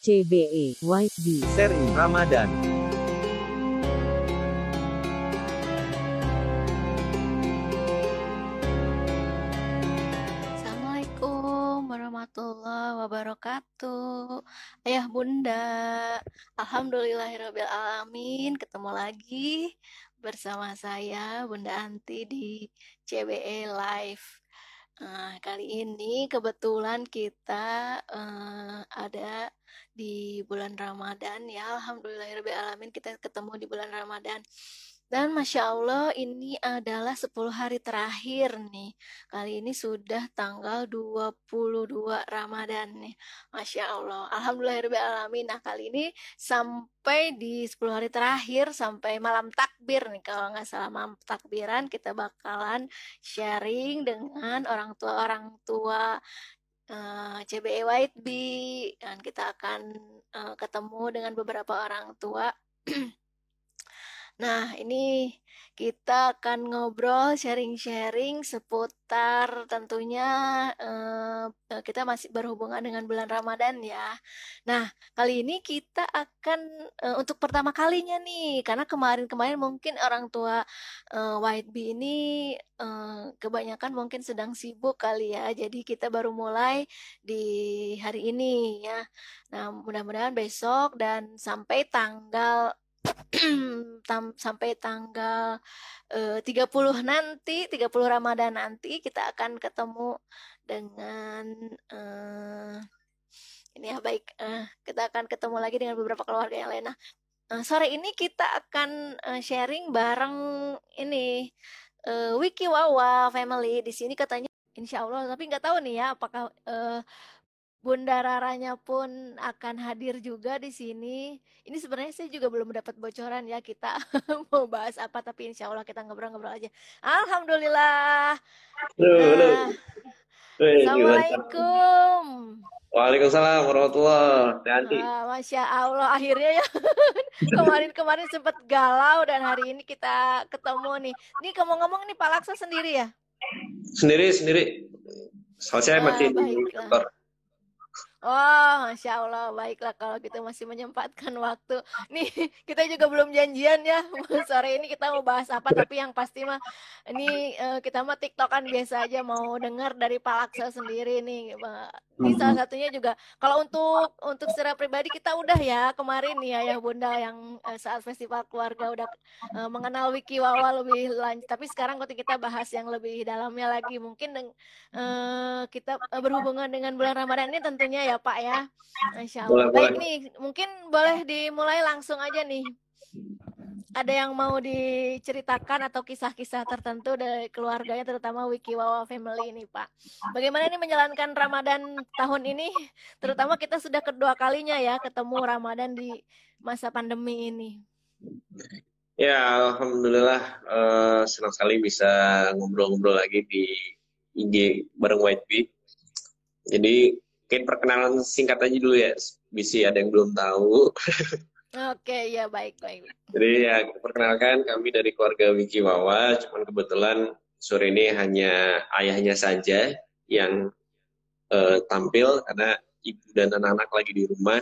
CBE White Bee Seri Ramadan. Assalamualaikum warahmatullahi wabarakatuh. Ayah bunda, alhamdulillahirabbil alamin, ketemu lagi bersama saya Bunda Anti di CBE Live. Kali ini kebetulan kita ada di bulan Ramadan ya. Alhamdulillahirabbil alamin, kita ketemu di bulan Ramadan. Dan Masya Allah ini adalah 10 hari terakhir nih. Kali ini sudah tanggal 22 Ramadan nih. Masya Allah. Alhamdulillahirrahmanirrahim. Nah kali ini sampai di 10 hari terakhir, sampai malam takbir nih. Kalau nggak salah malam takbiran, kita bakalan sharing dengan orang tua CBE White Bee. Dan kita akan ketemu dengan beberapa orang tua. Nah, ini kita akan ngobrol, sharing-sharing seputar tentunya kita masih berhubungan dengan bulan Ramadan ya. Nah, kali ini kita akan untuk pertama kalinya nih, karena kemarin-kemarin mungkin orang tua White Bee ini kebanyakan mungkin sedang sibuk kali ya. Jadi kita baru mulai di hari ini ya. Nah, mudah-mudahan besok dan sampai tanggal sampai tanggal 30 nanti, 30 Ramadan nanti kita akan ketemu dengan ini ya baik, kita akan ketemu lagi dengan beberapa keluarga yang lain. Nah, sore ini kita akan sharing bareng ini Wiki Wawa Family di sini katanya Insya Allah, tapi nggak tahu nih ya apakah Bunda Raranya pun akan hadir juga di sini. Ini sebenarnya saya juga belum dapat bocoran ya kita mau bahas apa, tapi insya Allah kita ngobrol-ngobrol aja. Alhamdulillah. Nah, Assalamualaikum. Waalaikumsalam warahmatullahi wabarakatuh. Masya Allah, akhirnya ya. Kemarin sempat galau dan hari ini kita ketemu nih. Ini ngomong-ngomong nih Pak Laksa sendiri ya? Sendiri. Saya masih di kantor. Oh, Masya Allah, baiklah kalau gitu masih menyempatkan waktu. Nih, kita juga belum janjian ya. Sore ini kita mau bahas apa, tapi yang pasti mah ini kita mah TikTokan biasa aja, mau dengar dari Pak Laksa sendiri nih. Ini salah satunya juga kalau untuk secara pribadi kita udah ya kemarin nih ya Bunda yang saat festival keluarga udah mengenal Wiki Wawa lebih lanjut. Tapi sekarang kita bahas yang lebih dalamnya lagi, mungkin kita berhubungan dengan bulan Ramadan ini tentunya ya Pak ya. Masya Allah. Baik nih, mungkin boleh dimulai langsung aja nih. Ada yang mau diceritakan atau kisah-kisah tertentu dari keluarganya, terutama Wiki Wawa Family ini Pak. Bagaimana nih menjalankan Ramadan tahun ini? Terutama kita sudah kedua kalinya ya ketemu Ramadan di masa pandemi ini. Ya, Alhamdulillah senang sekali bisa ngobrol-ngobrol lagi di IG bareng White Bee. Jadi mungkin perkenalan singkat aja dulu ya, bisa ada yang belum tahu. Oke, ya baik. Jadi ya perkenalkan kami dari keluarga Wiki Wawa, cuman kebetulan sore ini hanya ayahnya saja yang tampil karena ibu dan anak-anak lagi di rumah.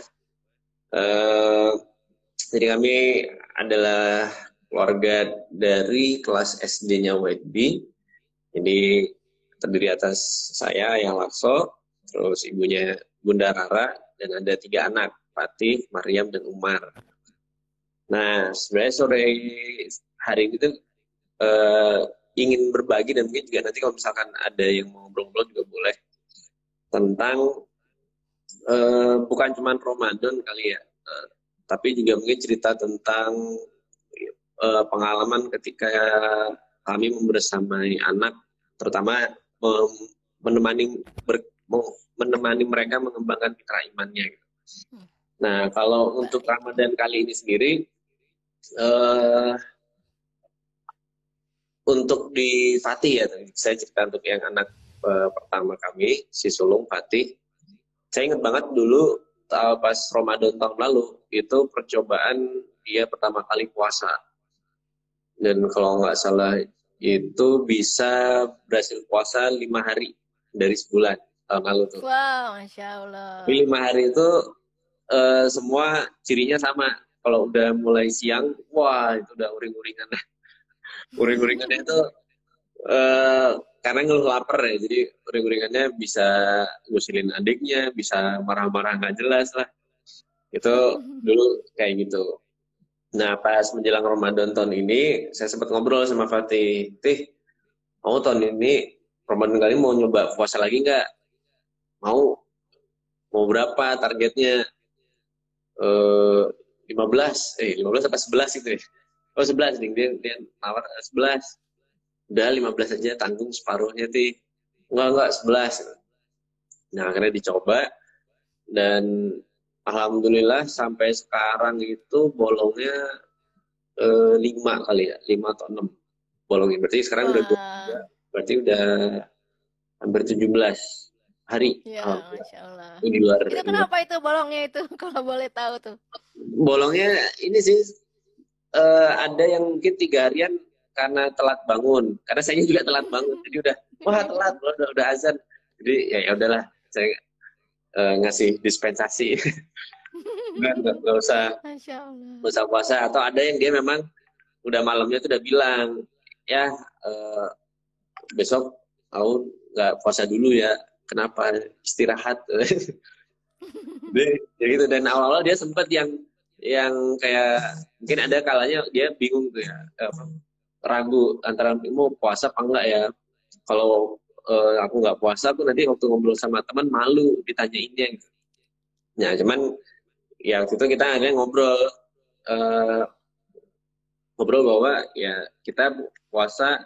Jadi kami adalah keluarga dari kelas SD-nya White Bee. Jadi terdiri atas saya, Ayah Lakso, terus ibunya Bunda Rara, dan ada 3 anak, Fatih, Maryam, dan Umar. Nah, sebenarnya sore hari ini tuh ingin berbagi, dan mungkin juga nanti kalau misalkan ada yang mau ngobrol-ngobrol juga boleh, tentang bukan cuma Ramadan kali ya, tapi juga mungkin cerita tentang pengalaman ketika kami membersamai anak, terutama menemani mereka mengembangkan citra imannya. Nah, kalau untuk Ramadan kali ini sendiri, untuk di Fatih ya, saya cerita untuk yang anak pertama kami, si sulung Fatih. Saya ingat banget dulu pas Ramadan tahun lalu, itu percobaan dia pertama kali puasa. Dan kalau nggak salah itu bisa berhasil puasa 5 hari dari sebulan tahun lalu tuh. Wow, Masya Allah. Tapi 5 hari itu semua cirinya sama. Kalau udah mulai siang, wah itu udah uring-uringan. Uring-uringannya itu eh, karena ngeluh lapar ya, jadi uring-uringannya bisa ngusilin adiknya, bisa marah-marah nggak jelas lah. Itu dulu kayak gitu. Nah, pas menjelang Ramadan tahun ini, saya sempat ngobrol sama Fatih. Tih, mau tahun ini, Ramadan kali mau nyoba puasa lagi nggak? Mau, mau berapa targetnya? Eh 15, 15 apa 11 gitu ya? Oh 11, nih. Dia nawar 11. Udah 15 aja, tanggung separuhnya, Tih. Enggak, 11. Nah, akhirnya dicoba, dan Alhamdulillah sampai sekarang itu bolongnya 5 kali ya, 5 atau 6 bolongnya. Berarti sekarang udah Wah, berarti udah hampir 17 hari. ya, Alhamdulillah. Masya Allah. Itu di luar, Itu di luar. kenapa itu bolongnya itu, kalau boleh tahu tuh? Bolongnya ini sih ada yang mungkin 3 harian karena telat bangun. Karena saya juga telat bangun. Jadi udah, wah telat, udah azan. Jadi ya udahlah, saya ngasih dispensasi. Nggak usah, Masya Allah. nggak usah puasa. Atau ada yang dia memang udah malamnya tuh udah bilang, ya eh, besok aku nggak puasa dulu ya. Kenapa? Istirahat. Ya gitu. Dan awal-awal dia sempet yang kayak mungkin ada kalanya dia bingung tuh ya, ragu antara mau puasa apa enggak ya. Kalau aku nggak puasa tuh nanti waktu ngobrol sama teman malu ditanyainnya gitu. Nah cuman ya waktu itu kita akhirnya eh, ngobrol bahwa ya kita puasa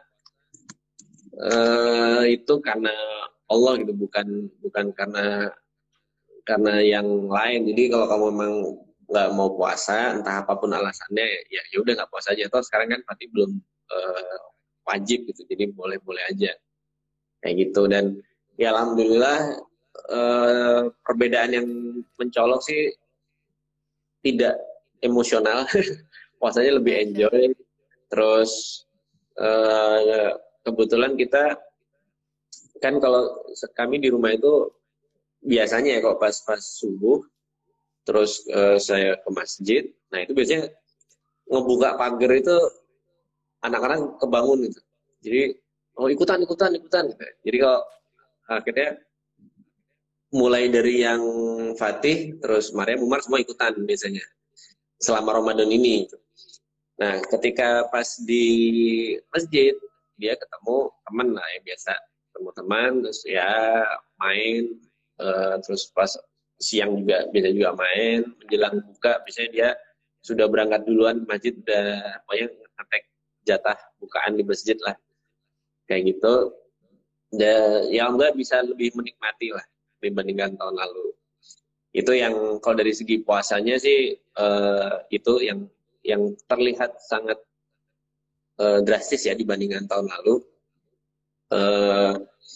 itu karena Allah gitu, bukan bukan karena yang lain. Jadi kalau kamu memang nggak mau puasa, entah apapun alasannya, ya ya udah nggak puasa aja. Toh sekarang kan berarti belum eh, wajib gitu, jadi boleh-boleh aja kayak gitu. Dan ya alhamdulillah perbedaan yang mencolok sih tidak emosional, puasanya lebih Masya Allah. enjoy. Terus kebetulan kita kan kalau kami di rumah itu biasanya ya kalau pas subuh terus saya ke masjid, nah itu biasanya ngebuka pagar itu anak-anak kebangun gitu. Jadi oh ikutan ikutan ikutan gitu. Jadi kalau akhirnya mulai dari yang Fatih terus Maria Umar semua ikutan biasanya selama Ramadan ini. Nah ketika pas di masjid dia ketemu teman lah ya, biasa ketemu teman terus ya main, terus pas siang juga biasa juga main, menjelang buka biasanya dia sudah berangkat duluan ke masjid, udah pokoknya ngetek jatah bukaan di masjid lah kayak gitu. Dan ya enggak bisa lebih menikmati lah dibandingkan tahun lalu. Itu yang kalau dari segi puasanya sih itu yang terlihat sangat drastis ya dibandingkan tahun lalu. Eh,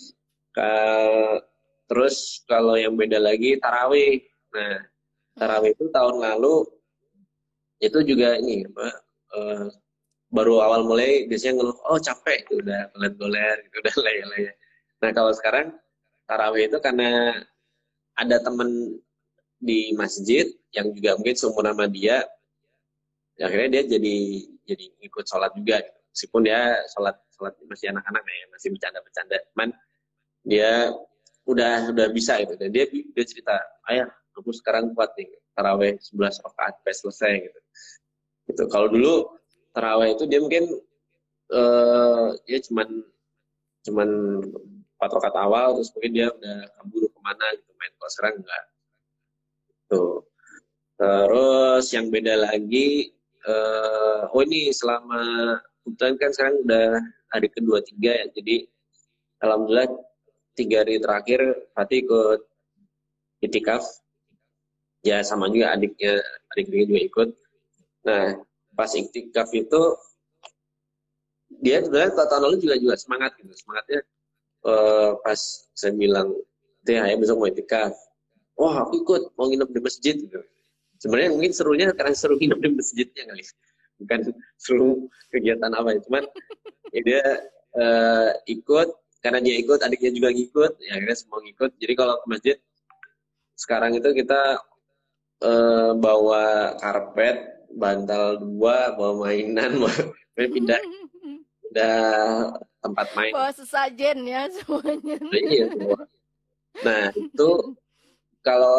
terus kalau yang beda lagi tarawih. Nah, Hmm. tarawih itu tahun lalu itu juga ini apa, eh, baru awal mulai biasanya ngeluh, oh capek, itu udah goler-goler, gitu, udah leyeh-leyeh. Nah kalau sekarang tarawih itu karena ada temen di masjid yang juga mungkin seumuran sama dia, ya akhirnya dia jadi ikut sholat juga gitu. Meskipun dia sholat sholat masih anak-anak ya, masih bercanda-bercanda, cuman dia udah bisa gitu. Dan dia cerita, ayah aku sekarang kuat nih tarawih 11 rakaat sampai selesai gitu. Gitu. Kalau dulu tarawih itu dia mungkin dia cuman cuman 4 rakaat awal terus mungkin dia udah kabur kemana gitu main. Kalau sekarang enggak tuh. Terus yang beda lagi, oh ini selama kebetulan kan sekarang udah hari kedua tiga ya, jadi alhamdulillah 3 hari terakhir Fatih ikut itikaf, ya sama juga adiknya juga ikut. Nah pas itikaf itu dia sebenarnya tahun lalu juga semangat gitu, semangatnya pas saya bilang teh ayah besok mau itikaf, wah aku ikut mau nginep di masjid gitu. Sebenarnya mungkin serunya karena seru nginep di masjidnya kali, bukan seru kegiatan apa ya. Cuman ya dia ikut, karena dia ikut adiknya juga ngikut, ya akhirnya semua ngikut. Jadi kalau ke masjid sekarang itu kita bawa karpet, bantal dua, bawa mainan, pindah pindah tempat main. Bawa sesajen ya semuanya. Nah, iya semua. Nah itu kalau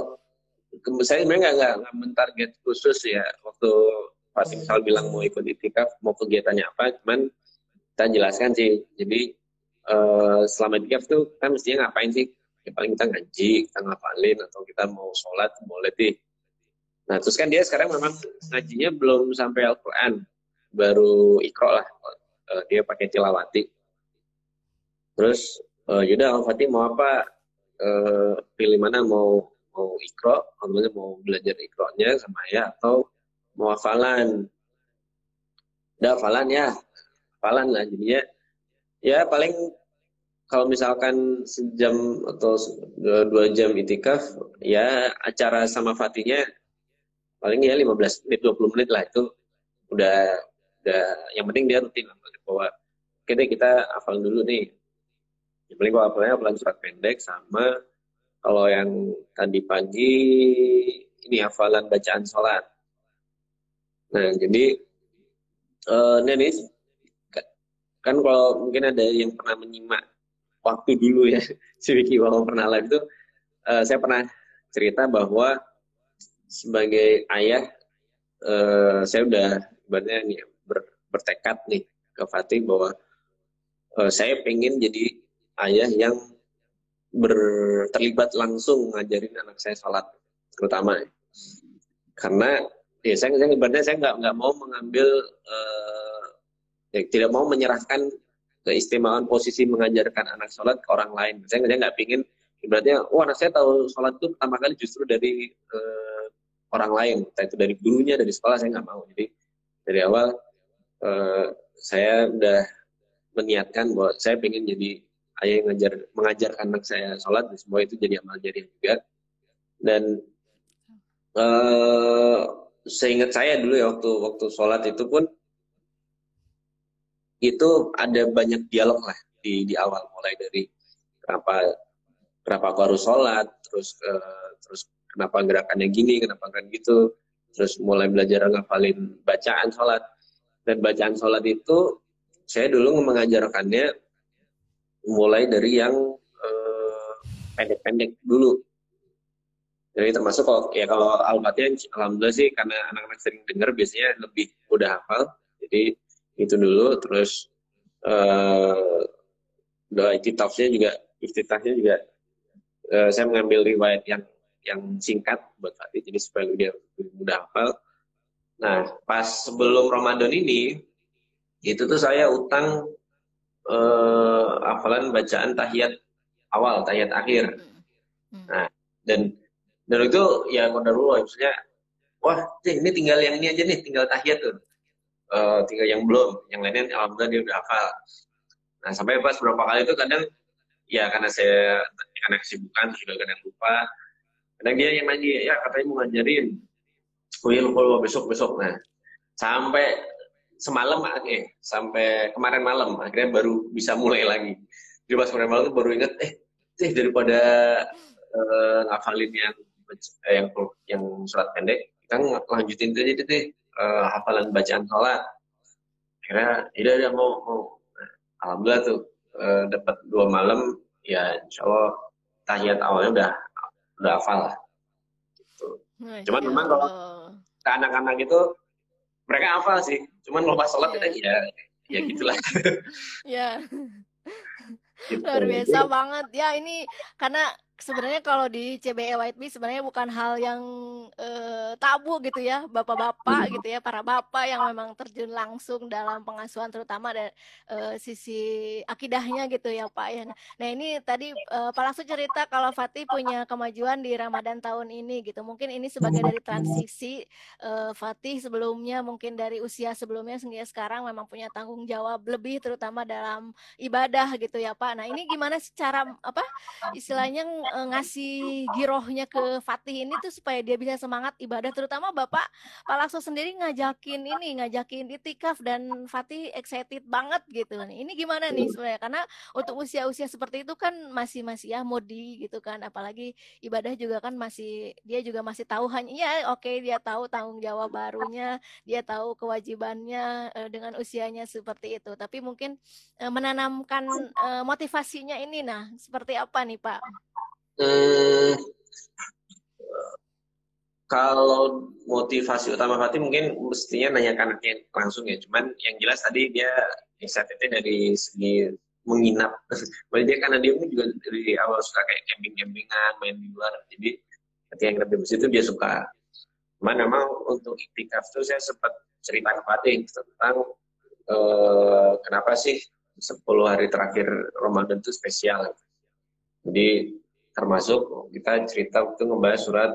saya sebenarnya nggak mentarget khusus ya waktu Fatih misal bilang mau ikut itikaf mau kegiatannya apa, cuman kita jelaskan sih. Jadi selama itikaf tuh kan mestinya ngapain sih? Ya, paling kita ngaji, kita ngapalin atau kita mau sholat boleh sih. Nah terus kan dia sekarang memang ngajinya belum sampai Al-Quran, baru Iqra lah. Dia pakai tilawati. Terus yaudah Om Fatih mau apa? Pilih mana mau mau Iqra, mau belajar Iqra-nya sama ya atau mau hafalan. Udah hafalan ya, hafalan lah jadinya. Ya paling kalau misalkan sejam atau 2 jam itikaf, ya acara sama Fatihnya paling ya 15 menit 20 menit lah itu udah udah yang penting dia rutin bahwa oke deh kita hafal dulu nih. Yang paling kalau hafalnya surat pendek sama kalau yang tadi pagi ini hafalan bacaan sholat. Nah jadi ini kan kalau mungkin ada yang pernah menyimak waktu dulu ya si Vicky Wawo pernah live itu saya pernah cerita bahwa sebagai ayah saya udah ibaratnya nih bertekad nih ke Fatih bahwa saya pengen jadi ayah yang terlibat langsung ngajarin anak saya sholat terutama karena ya saya ibaratnya saya nggak mau mengambil ya, tidak mau menyerahkan keistimewaan posisi mengajarkan anak sholat ke orang lain. Saya nggak pingin ibaratnya, anak saya tahu sholat itu pertama kali justru dari orang lain, entah itu dari gurunya, dari sekolah, saya nggak mau. Jadi dari awal saya udah meniatkan bahwa saya pengen jadi ayah yang mengajarkan anak saya sholat, dan semua itu jadi amal jariah juga. Dan seingat saya dulu ya waktu sholat itu pun itu ada banyak dialog lah di awal mulai dari kenapa aku harus sholat, terus kenapa gerakannya gini, kenapa kan gitu, terus mulai belajar ngafalin bacaan sholat. Dan bacaan sholat itu saya dulu mengajarkannya mulai dari yang pendek-pendek dulu. Jadi termasuk kalau Al-Fatihah alhamdulillah sih karena anak-anak sering dengar biasanya lebih mudah hafal. Jadi itu dulu terus doa iftitahnya juga saya mengambil riwayat yang singkat buat Fatih jadi supaya dia lebih mudah hafal. Nah, pas sebelum Ramadan ini itu tuh saya utang hafalan bacaan tahiyat awal, tahiyat akhir. Nah, dan itu ya qadarullah maksudnya wah, ini tinggal yang ini aja nih, tinggal tahiyat tuh. Tinggal yang belum, yang lainnya alhamdulillah dia udah hafal. Nah, sampai pas beberapa kali itu kadang ya karena kesibukan sudah kadang lupa. Kadang dia yang nanya, ya katanya mau ngajarin. Oh iya lupa besok. Nah, sampai sampai kemarin malam akhirnya baru bisa mulai lagi. Jadi pas kemarin malam baru inget, daripada ngafalin yang surat pendek, kita lanjutin aja deh hafalan bacaan sholat. Akhirnya, ya mau. Nah, alhamdulillah tuh dapat 2 malam, ya insya Allah tahiyat awalnya udah hafal lah. Gitu. Cuman Masya memang kalau Allah. ke anak-anak itu mereka hafal sih, cuman lupa sholat Ya. ya gitulah. Ya. Gitu. Luar biasa banget. Ya, ini karena sebenarnya kalau di CBE Whiteby sebenarnya bukan hal yang tabu gitu ya, bapak-bapak gitu ya, para bapak yang memang terjun langsung dalam pengasuhan terutama dari sisi akidahnya gitu ya Pak ya. Nah ini tadi Pak langsung cerita kalau Fatih punya kemajuan di Ramadan tahun ini gitu. Mungkin ini sebagai dari transisi Fatih sebelumnya mungkin dari usia sebelumnya sehingga sekarang memang punya tanggung jawab lebih terutama dalam ibadah gitu ya Pak. Nah ini gimana sih cara apa istilahnya ngasih girohnya ke Fatih ini tuh supaya dia bisa semangat ibadah, terutama Bapak Pak Lakso sendiri ngajakin itikaf dan Fatih excited banget gitu. Ini gimana nih sebenarnya? Karena untuk usia-usia seperti itu kan masih ya mudi gitu kan, apalagi ibadah juga kan dia juga masih tahu hanya ya oke, dia tahu tanggung jawab barunya, dia tahu kewajibannya dengan usianya seperti itu. Tapi mungkin menanamkan motivasinya ini, nah seperti apa nih Pak? Hmm, kalau motivasi utama Fatih mungkin mestinya nanya ke anaknya langsung ya. Cuman yang jelas tadi dia excitednya dari segi menginap. Jadi dia karena dia juga dari awal suka kayak camping-campingan, main di luar. Jadi ketika yang lebih itu dia suka. Cuman memang untuk iktikaf tuh saya sempat cerita ke Fatih tentang kenapa sih 10 hari terakhir Ramadan itu spesial. Jadi termasuk kita cerita waktu ngebahas surat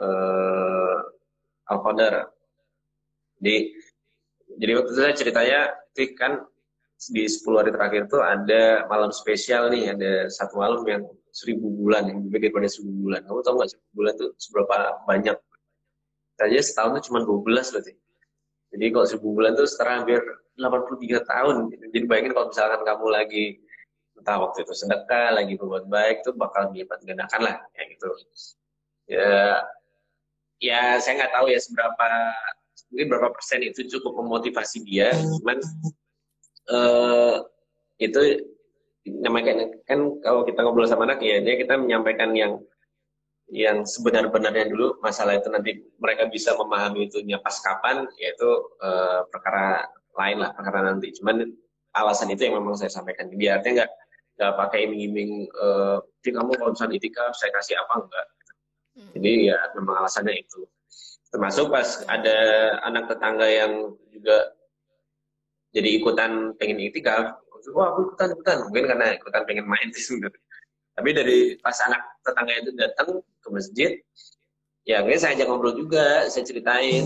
Al-Qadar. Jadi, jadi waktu itu saya ceritanya, kan di 10 hari terakhir tuh ada malam spesial nih, ada satu malam yang 1000 bulan, yang lebih daripada 1000 bulan. Kamu tahu nggak 1000 bulan tuh seberapa banyak? Saja setahun tuh cuma 12 berarti. Jadi kalau 1000 bulan tuh setara hampir 83 tahun. Jadi bayangin kalau misalkan kamu lagi entah waktu itu sedekah, lagi berbuat baik, tuh bakal dilipat gandakan lah, kayak gitu. Ya, ya saya nggak tahu ya seberapa, mungkin berapa persen itu cukup memotivasi dia, cuman eh, itu namanya kan kalau kita ngobrol sama anak ya dia kita menyampaikan yang sebenar-benarnya dulu, masalah itu nanti mereka bisa memahami itunya pas kapan, yaitu perkara lain lah, perkara nanti. Cuman alasan itu yang memang saya sampaikan, dia artinya nggak pakai iming-iming kamu kalau misalnya itikaf saya kasih apa, enggak. Jadi ya memang alasannya itu. Termasuk pas ada anak tetangga yang juga jadi ikutan pengen itikaf, wah aku ikutan, mungkin karena ikutan pengen main sih sebenarnya. Tapi dari pas anak tetangga itu datang ke masjid, ya akhirnya saya ajak ngobrol juga, saya ceritain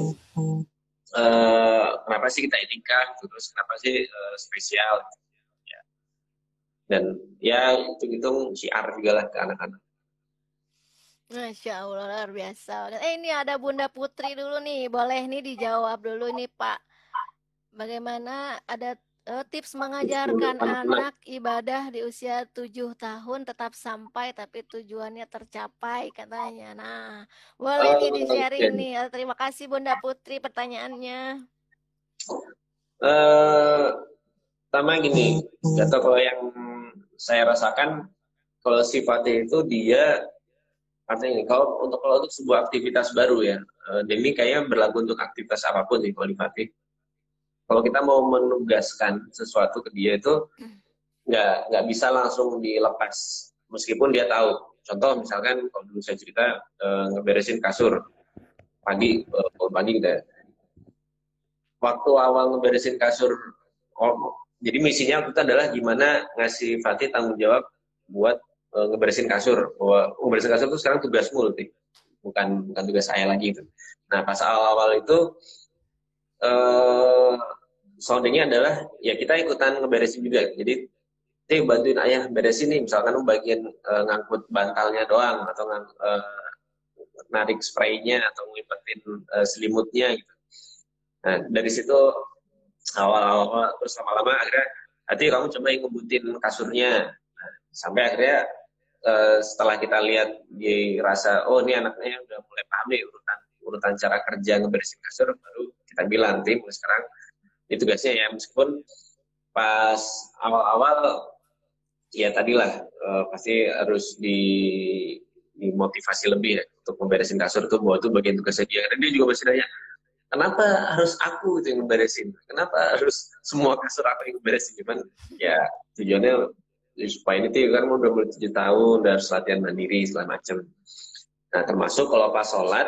kenapa sih kita itikaf, terus kenapa sih spesial, ya. Dan ya hitung-hitung syiar juga lah ke anak-anak. Masya Allah, luar biasa banget. Ini ada Bunda Putri dulu nih. Boleh nih dijawab dulu nih, Pak. Bagaimana ada tips mengajarkan anak ibadah di usia 7 tahun tetap sampai tapi tujuannya tercapai katanya. Nah, boleh nih di-sharing Okay. nih. Terima kasih Bunda Putri pertanyaannya. Pertama gini, atau kalau yang saya rasakan, kalau sifatnya itu dia artinya ini, kalau untuk sebuah aktivitas baru ya, demi kayaknya berlaku untuk aktivitas apapun nih kalau di Fatih. Kalau kita mau menugaskan sesuatu ke dia itu nggak bisa langsung dilepas, meskipun dia tahu. Contoh misalkan kalau dulu saya cerita ngeberesin kasur pagi gitu ya. Waktu awal ngeberesin kasur, jadi misinya itu adalah gimana ngasih Fatih tanggung jawab buat ngeberesin kasur. Bahwa ngeberesin kasur itu sekarang tugasmu loh, bukan tugas saya lagi itu. Nah pas awal-awal itu soundingnya adalah ya kita ikutan ngeberesin juga. Jadi bantuin ayah beresin nih, misalkan bagian ngangkut bantalnya doang atau narik spraynya atau ngelipetin selimutnya gitu. Nah dari situ awal-awal terus lama-lama akhirnya nanti kamu coba ngebutin kasurnya. Nah, sampai akhirnya setelah kita lihat dirasa oh ini anaknya udah mulai paham nih urutan cara kerja ngeberesin kasur, baru kita bilang tim sekarang itu tugasnya ya, meskipun pas awal-awal ya tadilah pasti harus dimotivasi lebih ya, untuk memberesin kasur itu bahwa itu bagian tugasnya dia. Karena dia juga masih nanya, kenapa harus aku itu yang memberesin? Kenapa harus semua kasur aku yang memberesin? Cuman ya tujuannya ya, supaya ini tuh kan udah mulai 7 tahun, udah harus latihan mandiri segala macam. Nah termasuk kalau pas sholat,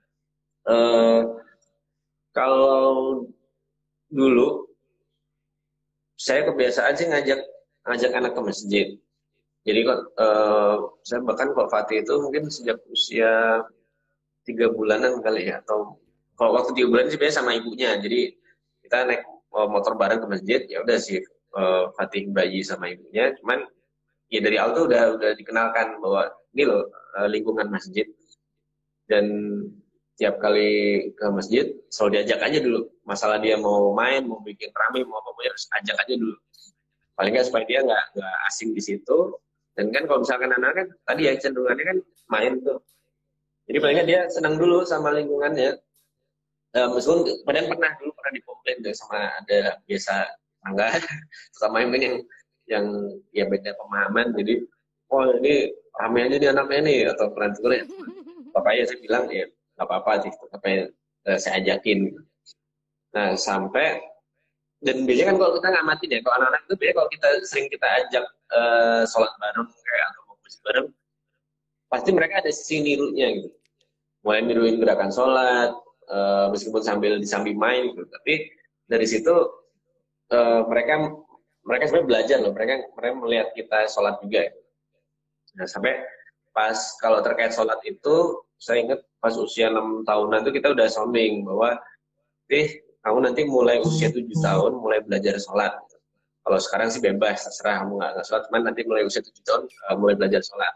kalau dulu saya kebiasaan sih ngajak anak ke masjid. Jadi kok saya bahkan kok Fatih itu mungkin sejak usia 3 bulanan kali ya, atau kalau waktu 3 bulan sih biasanya sama ibunya. Jadi kita naik motor bareng ke masjid, ya udah sih Fatih bayi sama ibunya. Cuman ya dari awal tuh udah dikenalkan bahwa ini loh lingkungan masjid, dan tiap kali ke masjid selalu diajak aja dulu. Masalah dia mau main, mau bikin rame, mau apa, harus ajak aja dulu. Paling nggak supaya dia nggak asing di situ. Dan kan kalau misalkan anak kan tadi ya cenderungannya kan main tuh. Jadi paling nggak dia senang dulu sama lingkungannya. Meskipun padahal pernah dikomplain tuh sama ada biasa tangga sama yang ya beda pemahaman. Jadi oh ini rame aja nih anaknya nih atau pernah ya. Bapaknya saya bilang ya nggak apa-apa sih, apa saya ajakin. Nah sampai dan biasanya kan kalau kita ngamatin ya, kalau anak-anak itu biasanya kalau kita sering kita ajak sholat bareng kayak atau mau musik bareng, pasti mereka ada sisi nirunya gitu. Mulai niruin gerakan sholat, meskipun sambil main gitu. Tapi dari situ mereka sebenarnya belajar loh, mereka melihat kita sholat juga. Gitu. Nah sampai pas kalau terkait sholat itu, saya ingat pas usia 6 tahunan itu kita udah sounding bahwa kamu nanti mulai usia 7 tahun mulai belajar sholat. Kalau sekarang sih bebas, terserah kamu nggak sholat, cuman nanti mulai usia 7 tahun mulai belajar sholat.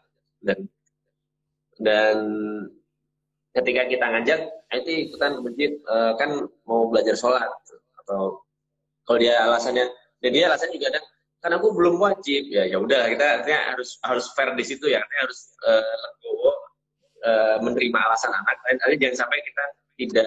Dan ketika kita ngajak, itu ikutan ke masjid, kan mau belajar sholat. Atau kalau dia alasannya, dan dia alasannya juga ada, kan aku belum wajib. Ya udah, kita artinya harus fair di situ ya, artinya harus legowo menerima alasan anak. Tapi jangan sampai kita tidak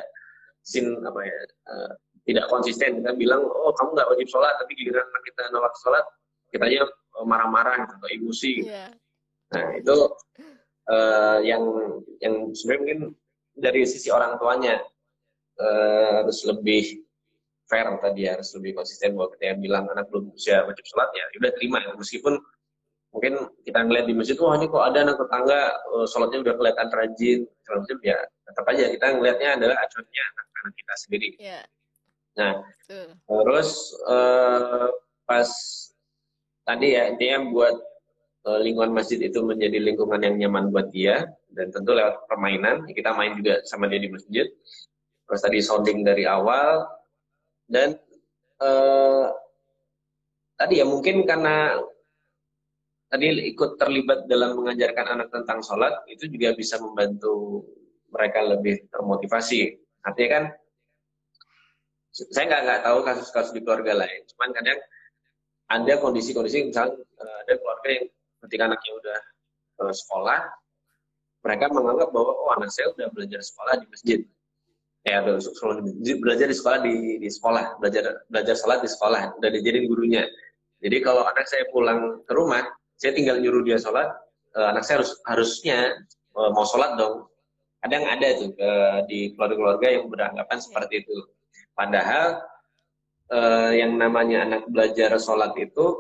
tidak konsisten. Kita bilang, oh kamu nggak wajib sholat, tapi giliran kita nolak sholat, kitanya marah-marah atau emosi. Yeah. Nah itu yang sebenarnya mungkin dari sisi orang tuanya harus lebih fair tadi, harus lebih konsisten bahwa ketika bilang anak belum usia wajib sholat ya udah terima ya, meskipun mungkin kita ngeliat di masjid, wah ini kok ada anak tetangga sholatnya udah kelihatan rajin, ya tetap aja kita ngelihatnya adalah acuannya anak-anak kita sendiri. Yeah. Nah, terus pas tadi ya intinya buat lingkungan masjid itu menjadi lingkungan yang nyaman buat dia, dan tentu lewat permainan, kita main juga sama dia di masjid. Terus tadi sounding dari awal, dan tadi ya mungkin karena tadi ikut terlibat dalam mengajarkan anak tentang sholat, itu juga bisa membantu mereka lebih termotivasi. Artinya kan, saya nggak tahu kasus-kasus di keluarga lain, cuman kadang ada kondisi-kondisi misalnya ada keluarga yang ketika anaknya udah sekolah, mereka menganggap bahwa oh anak saya udah belajar sekolah di masjid, ya belajar di sekolah di sekolah, belajar sholat di sekolah, udah dijadiin gurunya. Jadi kalau anak saya pulang ke rumah, saya tinggal nyuruh dia sholat, anak saya harusnya mau sholat dong. Kadang ada tuh di keluarga-keluarga yang beranggapan seperti itu. Padahal yang namanya anak belajar sholat itu,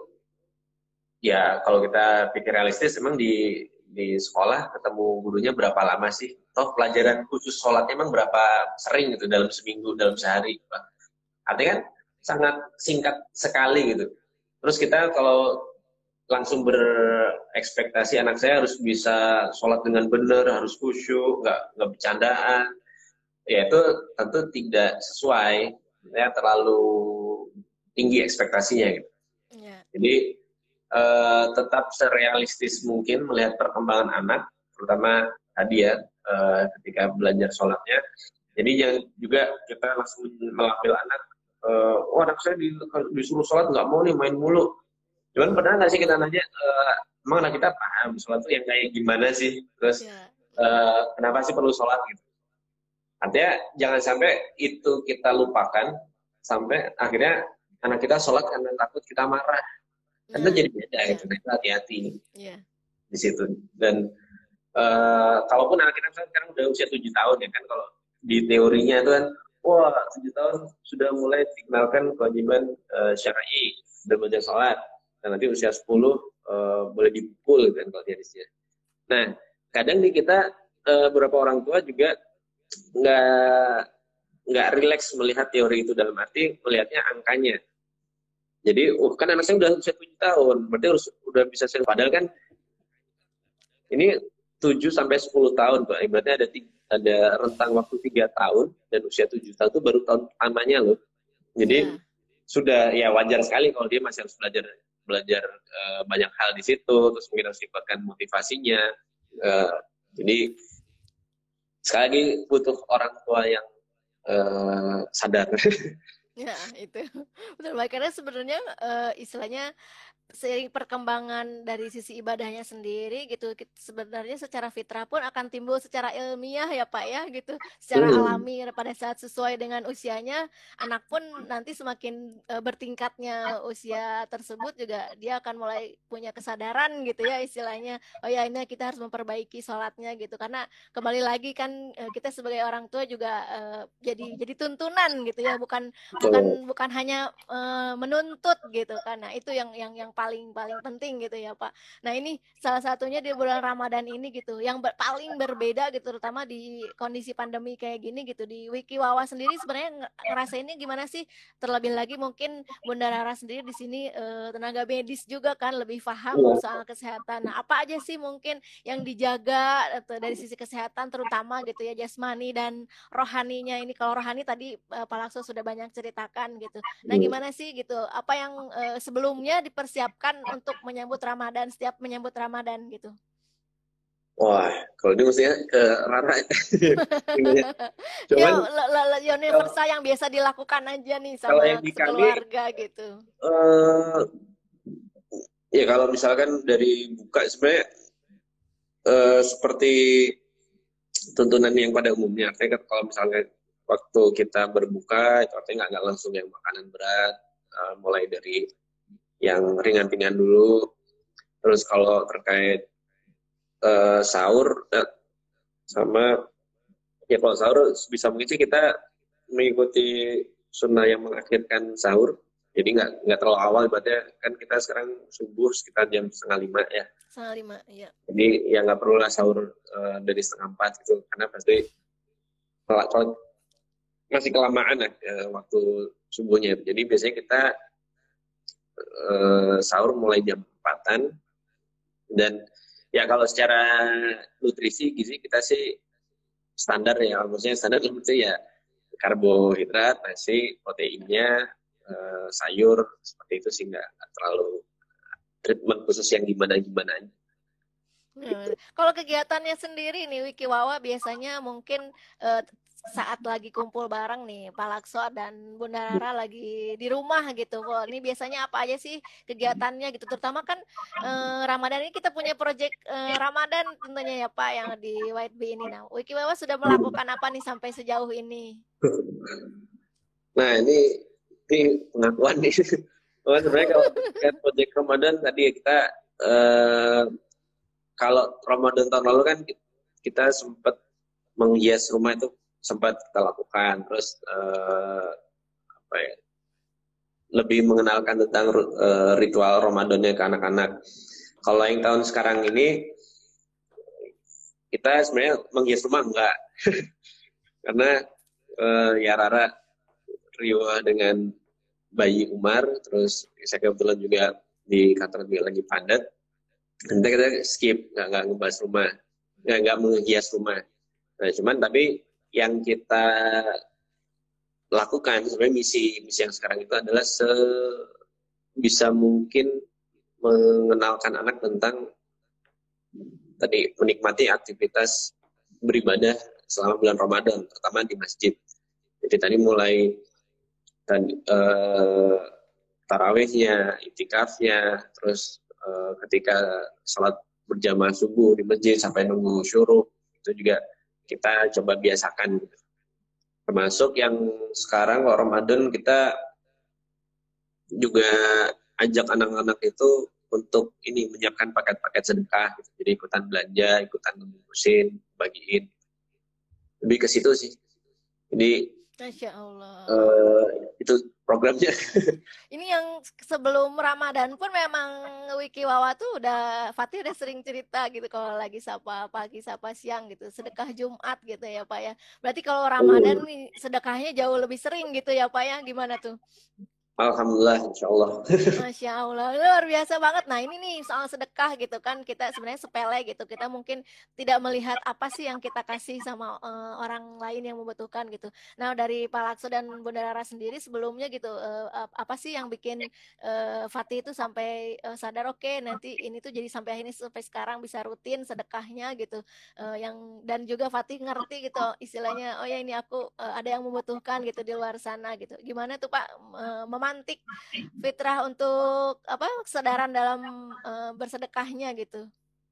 ya kalau kita pikir realistis, emang di sekolah ketemu gurunya berapa lama sih? Toh pelajaran khusus sholatnya emang berapa sering gitu dalam seminggu, dalam sehari? Artinya kan sangat singkat sekali gitu. Terus kita kalau langsung berekspektasi anak saya harus bisa sholat dengan benar, harus khusyuk, nggak bercandaan, ya itu tentu tidak sesuai, ya terlalu tinggi ekspektasinya gitu. Yeah. Jadi tetap serealistis mungkin melihat perkembangan anak, terutama tadi ya ketika belajar sholatnya. Jadi jangan juga kita langsung mengambil anak, oh anak saya disuruh sholat nggak mau nih, main mulu. Cuman pernah nggak sih kita nanya, emang anak kita paham sholat itu yang kayak gimana sih? Terus kenapa sih perlu sholat gitu? Artinya jangan sampai itu kita lupakan sampai akhirnya anak kita sholat karena takut kita marah. Kan itu jadi beda gitu, kita hati-hati di situ. Dan kalaupun anak kita sekarang udah usia 7 tahun ya kan, kalau di teorinya itu kan, wah 7 tahun sudah mulai dikenalkan kewajiban syar'i, sudah belajar sholat. Dan nanti usia 10 boleh dipukul kan kalau dia di sini. Nah, kadang di kita beberapa orang tua juga nggak rileks melihat teori itu, dalam arti melihatnya angkanya. Jadi, kan anak saya udah usia 7 tahun, berarti udah bisa saya, padahal kan ini 7 sampai 10 tahun, Pak. Berarti ada rentang waktu 3 tahun dan usia 7 tahun itu baru tahun pertamanya loh. Jadi sudah ya wajar sekali kalau dia masih harus belajar banyak hal di situ, terus mungkin harus dikuatkan motivasinya. Eh, jadi sekali lagi butuh orang tua yang sadar. Ya, itu. Betul banget. Karena sebenarnya istilahnya seiring perkembangan dari sisi ibadahnya sendiri gitu, sebenarnya secara fitrah pun akan timbul secara ilmiah ya Pak ya gitu, secara Hmm, alami pada saat sesuai dengan usianya, anak pun nanti semakin bertingkatnya usia tersebut juga dia akan mulai punya kesadaran gitu ya istilahnya, oh ya ini kita harus memperbaiki sholatnya gitu, karena kembali lagi kan kita sebagai orang tua juga jadi tuntunan gitu ya, bukan betul. bukan hanya menuntut gitu kan. Nah, itu yang paling paling penting gitu ya, Pak. Nah, ini salah satunya di bulan Ramadan ini gitu. Yang paling berbeda gitu terutama di kondisi pandemi kayak gini gitu. Di Wikiwawa sendiri sebenarnya ngerasainnya gimana sih? Terlebih lagi mungkin Bunda Rara sendiri di sini tenaga medis juga kan lebih paham Iya. soal kesehatan. Nah, apa aja sih mungkin yang dijaga atau dari sisi kesehatan terutama gitu ya jasmani dan rohaninya ini. Kalau rohani tadi Pak Lakso sudah banyak ceritakan gitu. Nah, Hmm. gimana sih gitu? Apa yang sebelumnya dipersiapkan untuk menyambut Ramadan, setiap menyambut Ramadan gitu? Wah, kalau ini mestinya ke Rara. Ininya. Ya, Cuman kalau universal yang biasa dilakukan aja nih kalau sama yang di kami sekeluarga gitu. eh ya kalau misalkan dari buka sebenarnya seperti tuntunan yang pada umumnya. Artinya kan kalau misalnya waktu kita berbuka itu artinya nggak langsung yang makanan berat, mulai dari yang ringan-ringan dulu. Terus kalau terkait sahur sama ya kalau sahur bisa mungkin sih kita mengikuti sunnah yang mengakhirkan sahur. Jadi nggak terlalu awal, ibaratnya kan kita sekarang subuh sekitar jam setengah lima ya. Setengah lima, ya. Jadi ya nggak perlu lah sahur dari setengah empat gitu, karena pasti kalau masih kelamaan lah waktu subuhnya. Jadi biasanya kita sahur mulai jam empatan, dan ya kalau secara nutrisi gizi kita sih standar ya, maksudnya standar itu ya karbohidrat, nasi, proteinnya, sayur, seperti itu sih, nggak terlalu treatment khusus yang gimana-gimana Nah, gitu. kalau kegiatannya sendiri nih Wikiwawa biasanya mungkin eh, saat lagi kumpul bareng nih Pak Lakso dan Bunda Rara lagi di rumah gitu. Wah, ini biasanya apa aja sih kegiatannya gitu. Terutama kan Ramadan ini kita punya proyek Ramadan tentunya ya Pak yang di White Bee ini. Nah, Wikiwawa sudah Hmm. melakukan apa nih sampai sejauh ini? Nah ini pengakuan nih. Wah, sebenarnya kalau terkait proyek Ramadan tadi ya kita eh, kalau Ramadan tahun lalu kan kita sempat menghias rumah itu sempat kita lakukan. Terus apa ya, lebih mengenalkan tentang ritual Ramadannya ke anak-anak. Kalau yang tahun sekarang ini kita sebenarnya menghias rumah enggak, karena ya Rara riwah dengan bayi Umar, terus saya kebetulan juga di kantor juga lagi padat. Nanti kita skip, nggak ngebahas rumah, nggak menghias rumah. Nah, cuman tapi yang kita lakukan sebenarnya misi yang sekarang itu adalah sebisa mungkin mengenalkan anak tentang tadi menikmati aktivitas beribadah selama bulan Ramadan, terutama di masjid. Jadi tadi mulai tadi tarawihnya, itikafnya, terus ketika sholat berjamaah subuh di masjid sampai nunggu syuruk, itu juga kita coba biasakan. Termasuk yang sekarang kalau Ramadan kita juga ajak anak-anak itu untuk ini menyiapkan paket-paket sedekah gitu. Jadi ikutan belanja, ikutan ngebungkusin, bagiin. Lebih ke situ sih. Jadi Masya Allah. eh, itu programnya. Ini yang sebelum Ramadan pun memang Wikiwawa tuh udah Fatih udah sering cerita gitu kalau lagi sapa pagi sapa siang gitu sedekah Jumat gitu ya Pak ya. Berarti kalau Ramadan nih sedekahnya jauh lebih sering gitu ya Pak ya, gimana tuh? Alhamdulillah, insya Allah. Masya Allah, luar biasa banget. Nah, ini nih soal sedekah gitu kan, kita sebenarnya sepele gitu. Kita mungkin tidak melihat apa sih yang kita kasih sama orang lain yang membutuhkan gitu. Nah, dari Pak Lakso dan Bunda Rara sendiri sebelumnya gitu, apa sih yang bikin Fatih itu sampai sadar, oke, nanti ini tuh jadi sampai ini sampai sekarang bisa rutin sedekahnya gitu. Yang dan juga Fatih ngerti gitu istilahnya, oh ya ini aku ada yang membutuhkan gitu di luar sana gitu. Gimana tuh Pak memantik fitrah untuk apa kesadaran dalam bersedekahnya gitu.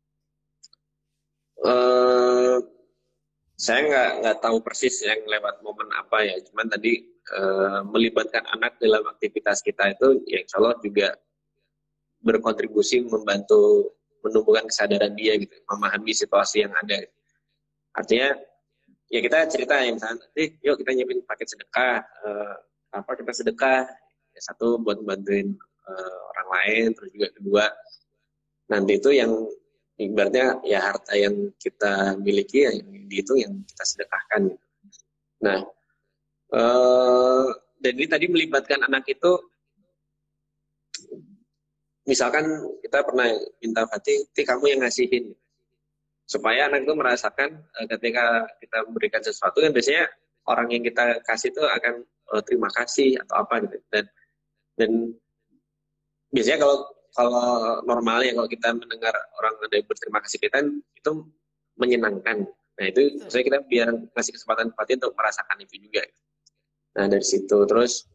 Eh, saya nggak tahu persis yang lewat momen apa ya, cuman tadi melibatkan anak dalam aktivitas kita itu, ya insya Allah juga berkontribusi membantu menumbuhkan kesadaran dia gitu, memahami situasi yang ada. Artinya ya kita cerita yang misalnya, yuk kita nyiapin paket sedekah, apa kita sedekah, ya, satu buat bantuin orang lain, terus juga kedua nanti itu yang ibaratnya ya harta yang kita miliki ya, yang dihitung yang kita sedekahkan gitu. Nah, dan ini tadi melibatkan anak itu, misalkan kita pernah minta Fatih, kamu yang ngasihin, supaya anak itu merasakan ketika kita memberikan sesuatu kan biasanya orang yang kita kasih itu akan terima kasih atau apa gitu. Dan biasanya kalau kalau normalnya kalau kita mendengar orang ada yang berterima kasih kita itu menyenangkan. Nah itu Betul. saya kita biar ngasih kesempatan Fatih untuk merasakan itu juga. Nah dari situ terus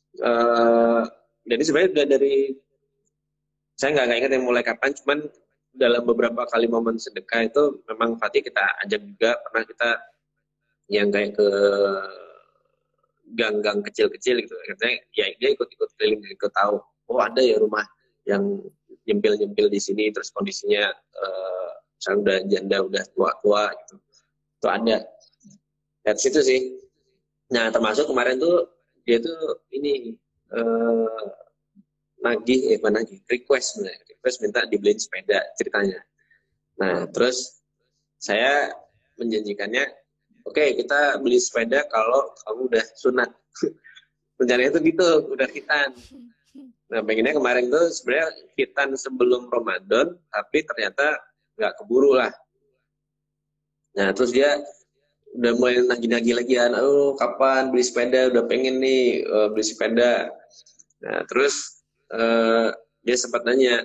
jadi sebenarnya udah dari saya nggak ingat yang mulai kapan, cuman dalam beberapa kali momen sedekah itu memang Fatih kita ajak juga, pernah kita yang kayak ke gang-gang kecil-kecil gitu, katanya ya dia ikut-ikut keliling, ikut tahu oh ada ya rumah yang nyempil-nyempil di sini terus kondisinya misalnya udah janda udah tua-tua gitu, itu ada dari situ sih. Nah termasuk kemarin tuh dia tuh ini eh, nagih bukan nagih, request minta dibeliin sepeda ceritanya. Nah terus saya menjanjikannya, oke, kita beli sepeda kalau kamu udah sunat. Rencananya itu gitu, udah khitan. Nah, pengennya kemarin tuh sebenarnya khitan sebelum Ramadan, tapi ternyata nggak keburu lah. Nah, terus dia udah mulai nagih-nagih lagi kan, oh kapan beli sepeda, udah pengen nih beli sepeda. Nah, terus dia sempat nanya,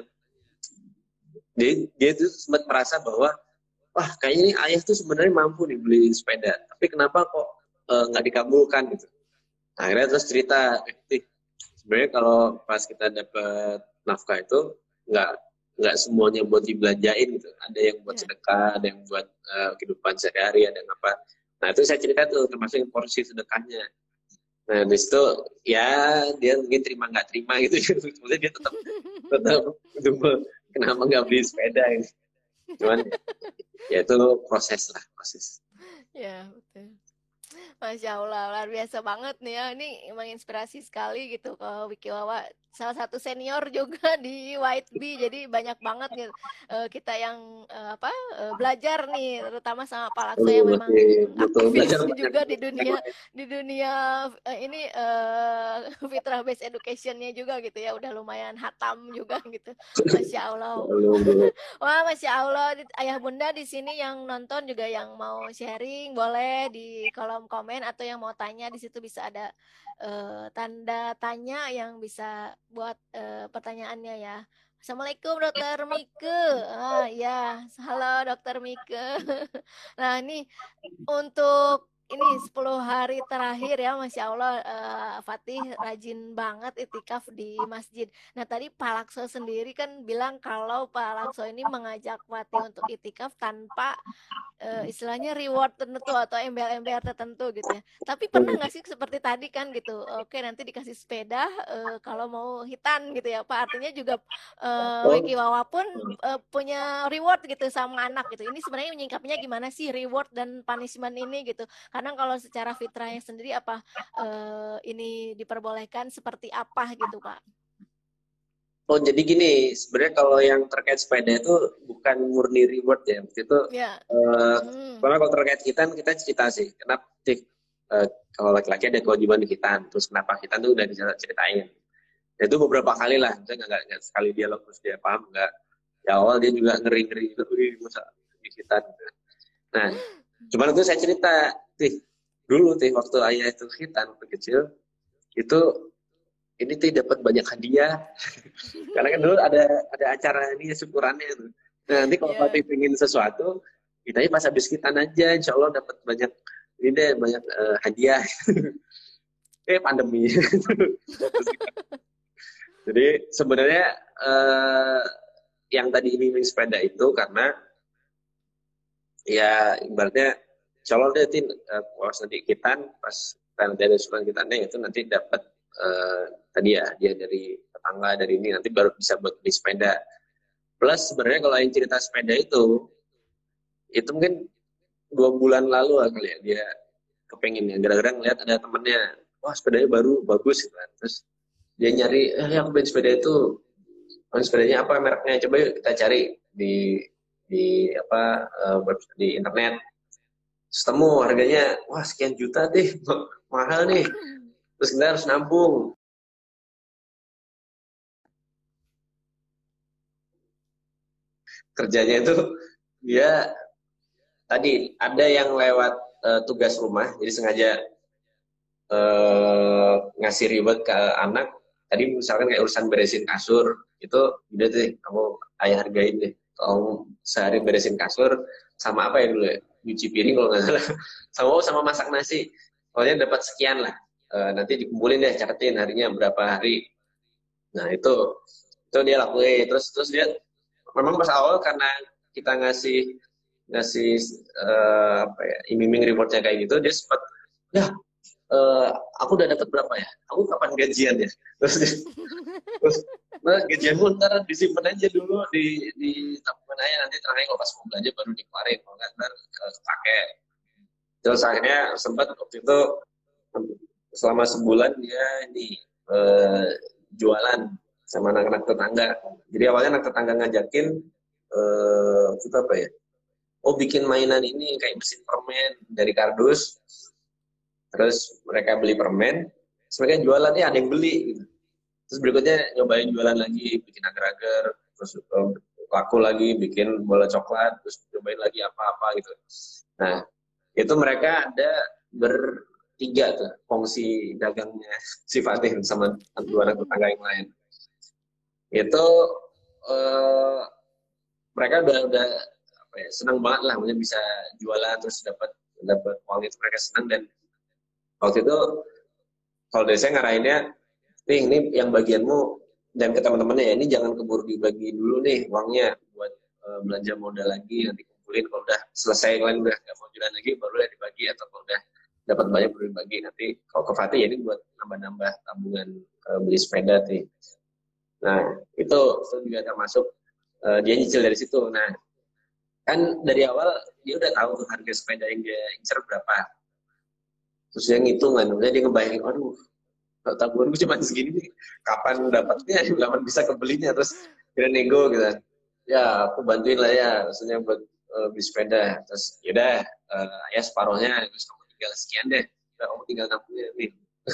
dia tuh sempat merasa bahwa, wah kayaknya ini ayah tuh sebenarnya mampu nih beli sepeda, tapi kenapa kok nggak dikabulkan gitu. Nah, akhirnya terus cerita, sebenarnya kalau pas kita dapat nafkah itu nggak nggak semuanya buat dibelanjain gitu. Ada yang buat Ya. sedekah, ada yang buat kehidupan sehari-hari, ada yang apa. Nah itu saya cerita tuh termasuk yang porsi sedekahnya. Nah di situ ya dia mungkin terima nggak terima gitu. Maksudnya dia tetap tetap kenapa nggak beli sepeda ini. Cuman ya itu proses lah, proses. Ya, betul. Masya Allah, luar biasa banget nih ya. Ini menginspirasi sekali gitu ke Wiki Wawa. Salah satu senior juga di White Bee, jadi banyak banget nih kita yang apa belajar nih, terutama sama Pak Lakso yang memang Masih butuh belajar aktivis banyak. juga di dunia ini fitrah based educationnya juga gitu ya. Udah lumayan hatam juga gitu. Masya Allah. Belum. Wah, Masya Allah, Ayah Bunda di sini yang nonton juga yang mau sharing boleh di kolom komen atau yang mau tanya di situ bisa ada tanda tanya yang bisa buat pertanyaannya ya. Assalamualaikum Dokter Mike. Ah ya, halo Dokter Mike. Nah, ini untuk ini 10 hari terakhir ya, Masya Allah, Fatih rajin banget itikaf di masjid. Nah, tadi Pak Lakso sendiri kan bilang kalau Pak Lakso ini mengajak Fatih untuk itikaf tanpa istilahnya reward tertentu atau embel-embel tertentu gitu ya. Tapi pernah nggak sih seperti tadi kan gitu, oke nanti dikasih sepeda kalau mau hitan gitu ya Pak. Artinya juga Wiki Oh, Wawa pun punya reward gitu sama anak gitu. Ini sebenarnya menyingkapnya gimana sih reward dan punishment ini gitu. Karena kalau secara fitrahnya sendiri apa ini diperbolehkan seperti apa gitu Pak? oh jadi gini, sebenarnya kalau yang terkait sepeda itu bukan murni reward ya. Waktu itu, Ya. eh Hmm. karena kalau terkait hitan, kita cerita sih. Kenapa sih kalau laki-laki ada kewajiban di hitan, terus kenapa hitan tuh udah diceritain. Itu beberapa kali lah, misalnya nggak sekali dialog terus dia paham nggak. Ya awal dia juga ngeri-ngeri gitu, masa hitan. Nah, cuman itu saya cerita, dulu waktu ayah itu hitan waktu kecil, itu ini dapat banyak hadiah. Karena kan dulu ada acara ini syukurannya itu. Nah, nanti kalau Fatih Ya. pengen sesuatu, kita pas habis hitan aja, insya Allah dapat banyak ini deh, banyak hadiah. Pandemi. Jadi sebenarnya yang tadi iming sepeda itu karena ya ibaratnya insya Allah dia pas nanti kita pas nanti ada surat kitanya itu nanti dapat tadi ya dia dari tetangga dari ini nanti baru bisa buat beli sepeda. Plus sebenarnya kalau yang cerita sepeda itu mungkin 2 bulan lalu lah kali ya dia kepengen ya gara-gara ngeliat ada temennya wah sepedanya baru bagus gitu kan. Terus dia nyari aku pengen sepeda itu sepedanya apa mereknya coba yuk kita cari di apa di internet. Terus temu harganya wah sekian juta deh mahal nih. Terus kita harus nabung. Kerjanya itu dia tadi ada yang lewat tugas rumah jadi sengaja ngasih reward ke anak. Tadi misalkan kayak urusan beresin kasur itu udah deh kamu ayah hargain deh. Kamu sehari beresin kasur sama apa ya dulu ya? Nyuci piring kalau nggak salah. Sama masak nasi. Pokoknya dapat sekian lah. Nanti dikumpulin deh, catetin harinya berapa hari. Nah itu dia lakuin. Terus dia memang pas awal karena kita ngasih ngasih apa ya iming rewardnya kayak gitu dia sempat ya aku udah dapat berapa ya? Aku kapan gajian ya? Terus nah, gajianmu ntar disimpan aja dulu di tabungan aja nanti terakhir kalau pas mau belanja baru dikeluarin kalau nggak ntar pakai. Terus akhirnya sempat waktu itu selama sebulan dia ini jualan sama anak-anak tetangga. Jadi awalnya anak tetangga ngajakin kita apa ya? Oh bikin mainan ini kayak mesin permen dari kardus. Terus mereka beli permen, terus mereka jualan ada yang beli gitu. Terus berikutnya nyobain jualan lagi, bikin agar-agar, terus laku lagi, bikin bola coklat, terus nyobain lagi apa-apa gitu. Nah, itu mereka ada bertiga tuh, fungsi dagangnya si Fatih sama dua anak tetangga yang lain. Itu eh, mereka udah apa ya, senang banget lah, mungkin bisa jualan terus dapat dapat uang itu mereka senang dan waktu itu kalau dari saya ngarahinnya nih ini yang bagianmu dan ke teman-temannya ya ini jangan keburu dibagi dulu nih uangnya buat belanja modal lagi nanti kumpulin kalau udah selesai kalian udah nggak mau jualan lagi baru ya dibagi atau kalau udah dapat banyak baru dibagi nanti kalau ke Fatih ya ini buat nambah-nambah tabungan beli sepeda nih. Nah itu juga termasuk dia nyicil dari situ. Nah kan dari awal dia udah tahu tuh harga sepeda yang dia incer berapa. Terus dia ngitung kan, dia ngebayangin, aduh tabungan gue cuma segini nih kapan dapatnya kapan bisa kebelinya terus kira nego gitu ya aku bantuin lah ya maksudnya buat beli sepeda terus yaudah ya separuhnya terus kamu tinggal sekian deh udah kamu tinggal nabungnya nih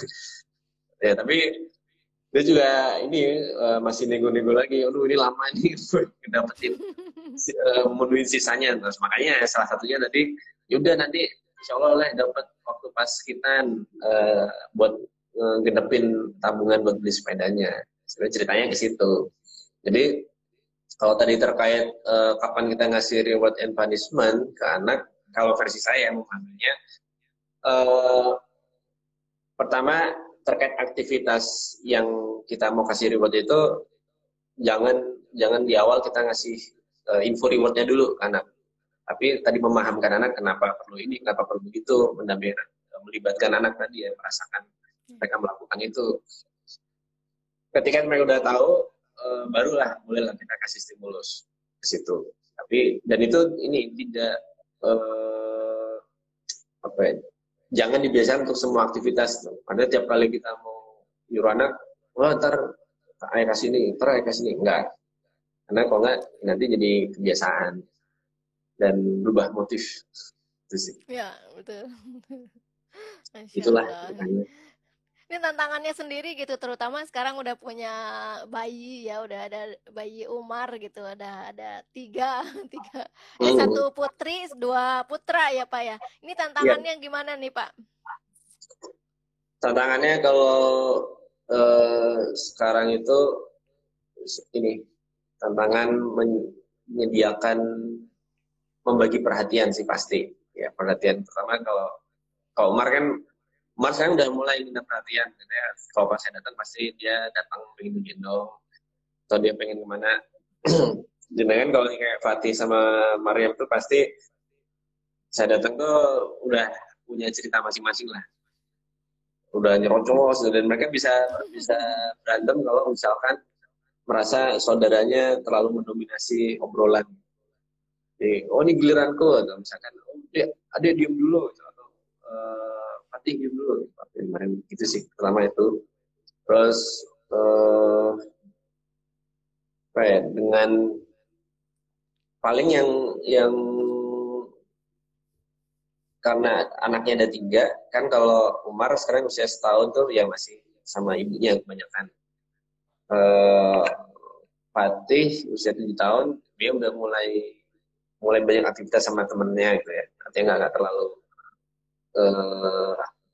ya tapi dia juga ini masih nego-nego lagi aduh ini lama nih dapetin memenuhi sisanya terus makanya salah satunya tadi yaudah nanti insya Allah lah dapat waktu pas kita buat genepin tabungan buat beli sepedanya. Sebenarnya ceritanya ke situ. Jadi kalau tadi terkait kapan kita ngasih reward and punishment ke anak, kalau versi saya memahaminya pertama terkait aktivitas yang kita mau kasih reward itu jangan di awal kita ngasih info rewardnya dulu ke anak. Tapi tadi memahamkan anak kenapa perlu ini, kenapa perlu begitu, mendampingi melibatkan anak tadi ya merasakan mereka melakukan itu. Ketika mereka udah tahu, barulah bolehlah kita kasih stimulus ke situ. Tapi dan itu ini tidak apa ya, jangan dibiasakan untuk semua aktivitas. Karena tiap kali kita mau nyuruh anak, wah ntar ayah kasih ini, ntar ayah kasih ini, enggak. Karena kalau enggak nanti jadi kebiasaan dan berubah motif. Itu sih. Ya, betul. Masya Itulah Allah. ceritanya. Ini tantangannya sendiri gitu, terutama sekarang udah punya bayi ya, udah ada bayi Umar gitu, ada tiga, tiga, Hmm, satu putri, dua putra ya Pak ya. Ini ya, tantangannya gimana nih Pak? tantangannya kalau sekarang itu ini tantangan menyediakan membagi perhatian sih pasti. Ya, perhatian pertama kalau kalau Umar sekarang udah mulai minta perhatian. Karena kalau pas saya datang pasti dia datang pengen gendong atau dia pengen kemana. Jangan kalau kayak Fatih sama Mariam tuh pasti saya datang tuh udah punya cerita masing-masing lah. Udah nyerocos dan mereka bisa bisa berantem kalau misalkan merasa saudaranya terlalu mendominasi obrolan. Jadi, oh ini giliranku atau misalkan oh dia adik diem dulu gitu. Atau Fatih diem dulu. Fatih kemarin gitu sih pertama itu. Terus apa ya, dengan paling yang karena anaknya ada tiga kan, kalau Umar sekarang usia setahun tuh ya masih sama ibunya kebanyakan. eh, Fatih usia 7 tahun, dia udah mulai mulai banyak aktivitas sama temennya gitu ya, artinya nggak terlalu eh,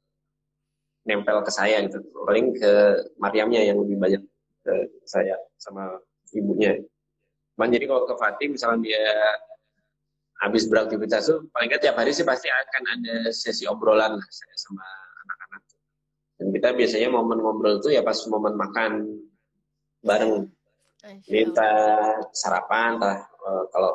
nempel ke saya gitu, paling ke Mariamnya yang lebih banyak ke saya sama ibunya. Cuman jadi kalau ke Fatih misalnya dia habis beraktivitas tuh paling nggak tiap hari sih pasti akan ada sesi obrolan lah saya sama anak-anak. Dan kita biasanya momen ngobrol tuh ya pas momen makan Ya, bareng. Jadi Masya entah Allah. sarapan, entah kalau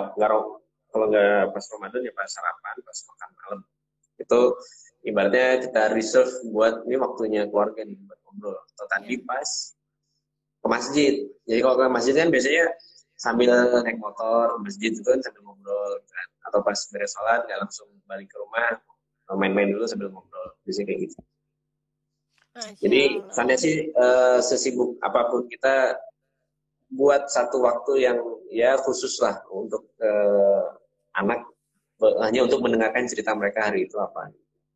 nggak pas Ramadan ya pas sarapan, pas makan malam. Itu ibaratnya kita reserve buat ini waktunya keluarga nih buat ngobrol. Atau tadi Ya. pas ke masjid. Jadi kalau ke masjid kan biasanya sambil naik motor ke masjid itu kan sambil ngobrol gitu kan. Atau pas beres sholat nggak langsung balik ke rumah, main-main dulu sambil ngobrol. Biasanya kayak gitu. Masya Jadi Allah. sana sih sesibuk apapun kita buat satu waktu yang ya khusus lah untuk anak, hanya untuk mendengarkan cerita mereka hari itu apa.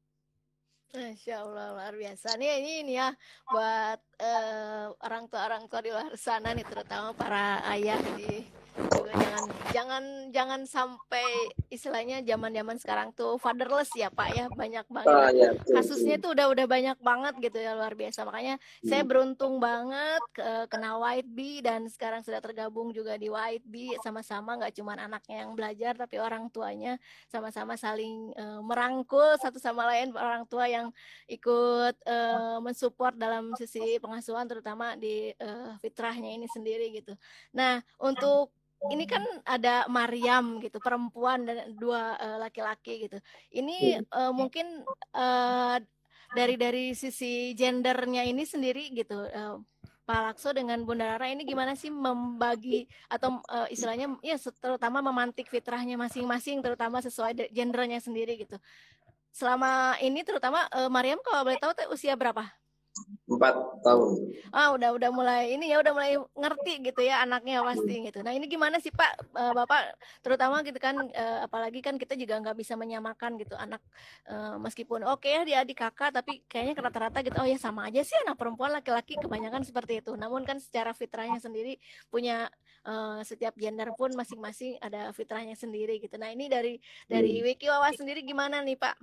Masya Allah, luar biasa. Ini ya buat orang tua di luar sana nih, terutama para ayah di juga jangan sampai istilahnya zaman-zaman sekarang tuh fatherless ya Pak ya, banyak banget. Ah Nah, ya betul, betul. kasusnya tuh udah banyak banget gitu ya, luar biasa. Makanya saya Hmm. beruntung banget kena White Bee dan sekarang sudah tergabung juga di White Bee, sama-sama nggak cuma anaknya yang belajar tapi orang tuanya sama-sama saling merangkul satu sama lain, orang tua yang ikut mensupport dalam sisi pengasuhan terutama di fitrahnya ini sendiri gitu. Nah, untuk ini kan ada Maryam gitu, perempuan dan dua laki-laki gitu. Ini mungkin eh, dari sisi gendernya ini sendiri gitu. Pak Lakso dengan Bunda Rara ini gimana sih membagi atau istilahnya ya terutama memantik fitrahnya masing-masing terutama sesuai gendernya sendiri gitu. Selama ini terutama Mariam kalau boleh tahu teh usia berapa? 4 tahun. Ah, udah mulai ini ya, udah mulai ngerti gitu ya anaknya Hmm. pasti gitu. Nah, ini gimana sih Pak, Bapak terutama gitu kan, apalagi kan kita juga nggak bisa menyamakan gitu anak, meskipun oke ya dia adik kakak, tapi kayaknya rata-rata gitu, oh ya sama aja sih anak perempuan laki-laki kebanyakan seperti itu. Namun kan secara fitrahnya sendiri punya setiap gender pun masing-masing ada fitrahnya sendiri gitu. Nah, ini dari Hmm. Wiki Wawas sendiri gimana nih Pak?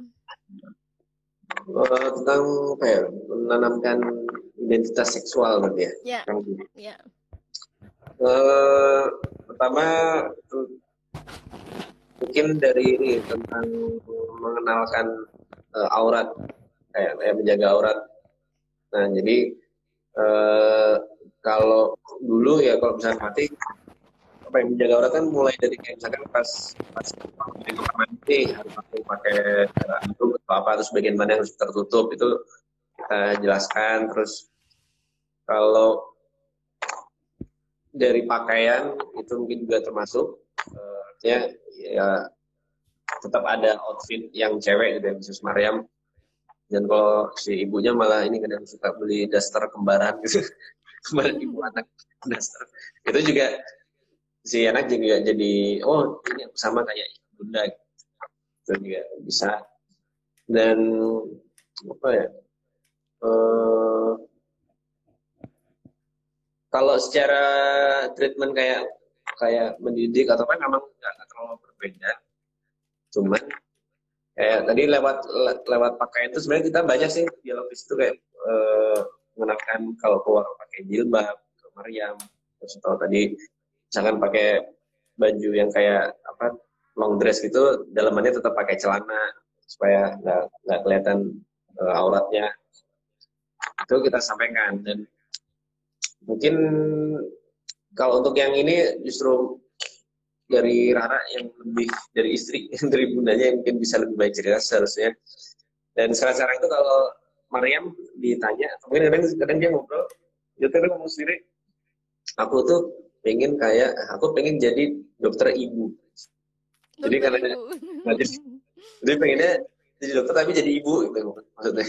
Tentang apa ya, menanamkan identitas seksual berarti ya. Ya, Yang gini. ya. Eh, pertama mungkin dari ini tentang mengenalkan aurat, kayak menjaga aurat. Nah jadi eh, kalau dulu ya kalau misalnya mati apa yang menjaga aurat kan mulai dari kayak misalkan pas di kamar mandi harus pakai anduk atau apa, terus bagian mana yang harus tertutup itu kita jelaskan. Terus kalau dari pakaian itu mungkin juga termasuk, artinya ya tetap ada outfit yang cewek gitu ya khusus Mariam. Dan kalau si ibunya malah ini kadang suka beli daster kembaran gitu, kembaran ibu anak daster itu juga, si anak juga jadi oh ini sama kayak bunda gitu juga bisa. Dan apa ya, eh, kalau secara treatment kayak kayak mendidik atau apa memang nggak terlalu berbeda. Cuman kayak tadi lewat lewat pakaian itu sebenarnya kita banyak sih dialogis itu kayak mengenalkan kalau keluar pakai jilbab ke Maryam, terus atau tadi misalkan pakai baju yang kayak apa long dress gitu, dalamannya tetap pakai celana supaya nggak kelihatan auratnya. Itu kita sampaikan. Dan mungkin kalau untuk yang ini justru dari Rara yang lebih dari istri dari bundanya yang mungkin bisa lebih baik cerita seharusnya. Dan sekarang itu kalau Maryam ditanya, mungkin kadang dia ngobrol, dia tuh ngomong sendiri, aku tuh aku pengen jadi dokter ibu. Jadi Dokter karena ibu. nggak jadi pengennya jadi dokter tapi jadi ibu gitu maksudnya.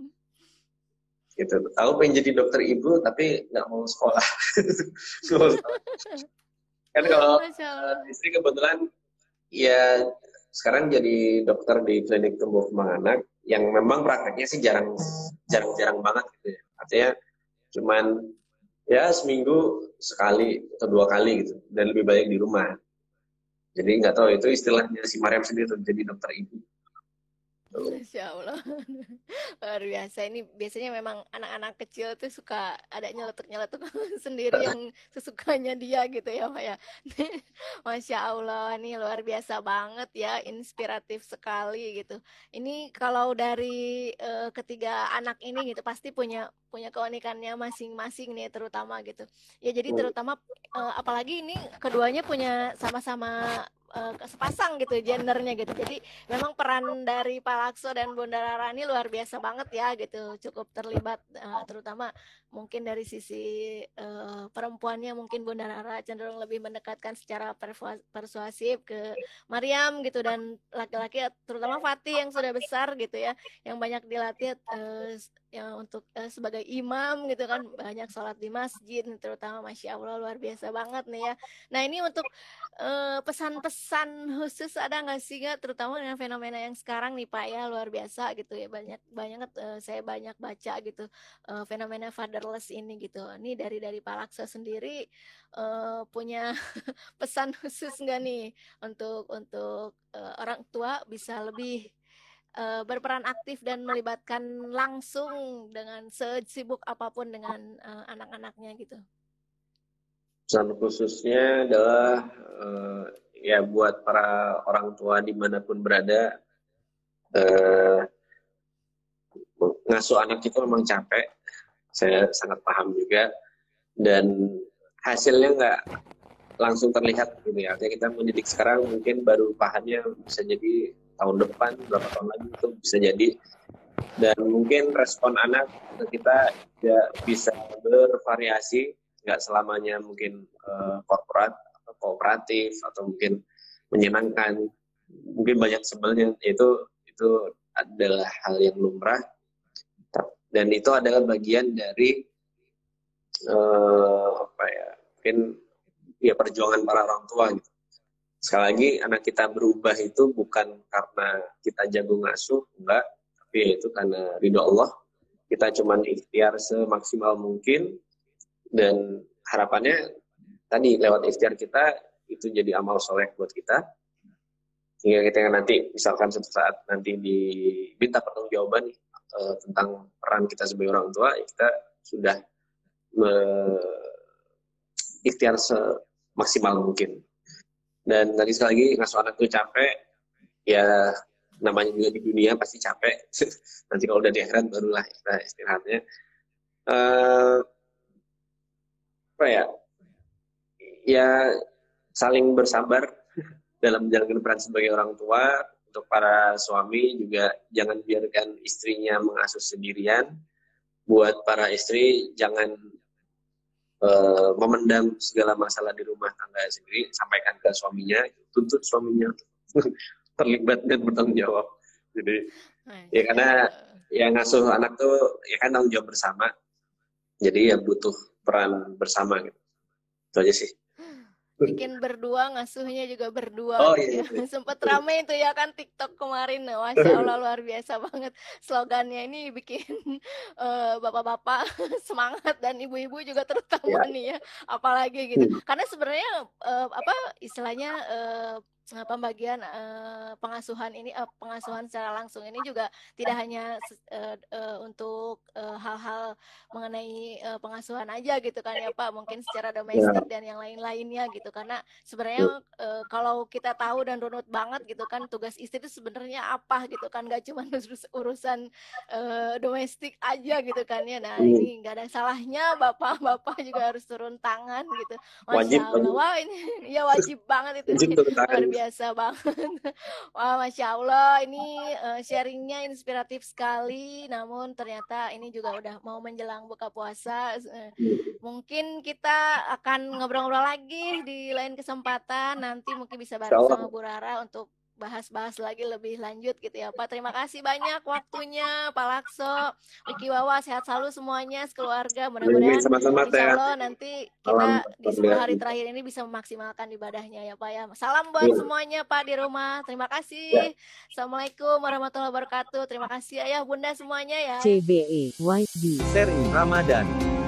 Gitu. Aku pengen jadi dokter ibu tapi nggak mau sekolah. Nggak mau sekolah. Kan kalau Masya Allah. istri kebetulan ya sekarang jadi dokter di klinik tumbuh kembang anak yang memang prakteknya sih jarang banget gitu ya. Artinya cuman ya seminggu sekali atau 2 kali gitu dan lebih banyak di rumah. Jadi nggak tahu itu istilahnya si Mariam sendiri tuh jadi dokter ibu. Masya Allah. Luar biasa. Ini biasanya memang anak-anak kecil tuh suka ada nyeletuk-nyeletuk sendiri yang sesukanya dia gitu ya, Pak ya. Masya Allah, ini luar biasa banget ya, inspiratif sekali gitu. Ini kalau dari ketiga anak ini gitu pasti punya punya keunikannya masing-masing nih terutama gitu. Ya jadi terutama apalagi ini keduanya punya sama-sama sepasang gitu gendernya gitu. Jadi memang peran dari Pak Lakso dan Bunda Rara ini luar biasa banget ya gitu, cukup terlibat terutama mungkin dari sisi perempuannya mungkin Bunda Rara cenderung lebih mendekatkan secara persuasif ke Mariam gitu dan laki-laki terutama Fatih yang sudah besar gitu ya, yang banyak dilatih yang untuk sebagai imam gitu kan, banyak sholat di masjid terutama, Masya Allah luar biasa banget nih ya. Nah ini untuk pesan-pesan khusus ada nggak sih nggak terutama dengan fenomena yang sekarang nih Pak ya, luar biasa gitu ya, banyak banyak saya banyak baca gitu fenomena fatherless ini gitu. Ini dari Pak Lakso sendiri punya pesan khusus nggak nih untuk orang tua bisa lebih berperan aktif dan melibatkan langsung dengan sesibuk apapun dengan anak-anaknya gitu. Pesan khususnya adalah ya buat para orang tua dimanapun berada, eh, ngasuh anak itu memang capek. Saya sangat paham juga dan hasilnya nggak langsung terlihat gitu ya. Artinya kita mendidik sekarang mungkin baru pahamnya bisa jadi tahun depan, berapa tahun lagi itu bisa jadi. Dan mungkin respon anak ke kita juga bisa bervariasi, nggak selamanya mungkin korporat atau kooperatif atau mungkin menyenangkan. Mungkin banyak sebelnya, itu adalah hal yang lumrah dan itu adalah bagian dari apa ya, mungkin ya perjuangan para orang tua gitu. Sekali lagi anak kita berubah itu bukan karena kita jago ngasuh, enggak, tapi itu karena ridho Allah. Kita cuman ikhtiar semaksimal mungkin dan harapannya tadi lewat ikhtiar kita itu jadi amal soleh buat kita. Sehingga kita nanti misalkan suatu saat nanti diminta pertanggungjawaban tentang peran kita sebagai orang tua, ya kita sudah ikhtiar semaksimal mungkin. Dan tadi sekali lagi ngasuh anak itu capek, ya namanya juga di dunia pasti capek. Nanti kalau udah di akhirat barulah kita istirahatnya. Apa ya? Ya saling bersabar dalam menjalankan peran sebagai orang tua. Untuk para suami juga jangan biarkan istrinya mengasuh sendirian. Buat para istri jangan memendam segala masalah di rumah tangga sendiri, sampaikan ke suaminya, tuntut suaminya terlibat dan bertanggung jawab. Jadi ya Masya karena Allah. yang ngasuh anak tuh ya kan tanggung jawab bersama. Jadi ya butuh peran bersama gitu. Itu aja sih. bikin berdua, ngasuhnya juga berdua Oh gitu iya, ya. iya. Sempet rame itu ya kan TikTok kemarin. Nah, Masya Allah luar biasa banget slogannya ini bikin bapak-bapak semangat dan ibu-ibu juga terutama Ya. nih ya. Apalagi gitu. Karena sebenarnya apa istilahnya pembagian pengasuhan ini pengasuhan secara langsung ini juga tidak hanya untuk hal-hal mengenai pengasuhan aja gitu kan ya Pak, mungkin secara domestik Ya. dan yang lain-lainnya gitu. Karena sebenarnya kalau kita tahu dan runut banget gitu kan tugas istri itu sebenarnya apa gitu kan, gak cuma urusan domestik aja gitu kan ya. Nah ini nggak ada salahnya bapak-bapak juga harus turun tangan gitu. Masya Wajib, Allah, wajib, wah ini ya wajib banget itu wajib nih, turun tangan. luar biasa banget. Wah, Masya Allah, ini sharingnya inspiratif sekali. Namun ternyata ini juga udah mau menjelang buka puasa. Mungkin kita akan ngobrol-ngobrol lagi di lain kesempatan. Nanti mungkin bisa Insya bareng Allah. sama Bu Rara untuk bahas-bahas lagi lebih lanjut gitu ya Pak. Terima kasih banyak waktunya Pak Lakso, Wiki Wawa, sehat selalu semuanya sekeluarga. Amin, Mudah-mudahan sama-sama insya Teh. Allah nanti Salam kita di 10 hari keluarga. terakhir ini bisa memaksimalkan ibadahnya ya Pak ya. Salam buat Amin. semuanya Pak di rumah. Terima Ya. kasih. Assalamualaikum warahmatullahi wabarakatuh. Terima kasih ayah bunda semuanya ya. CBE YB Seri Ramadan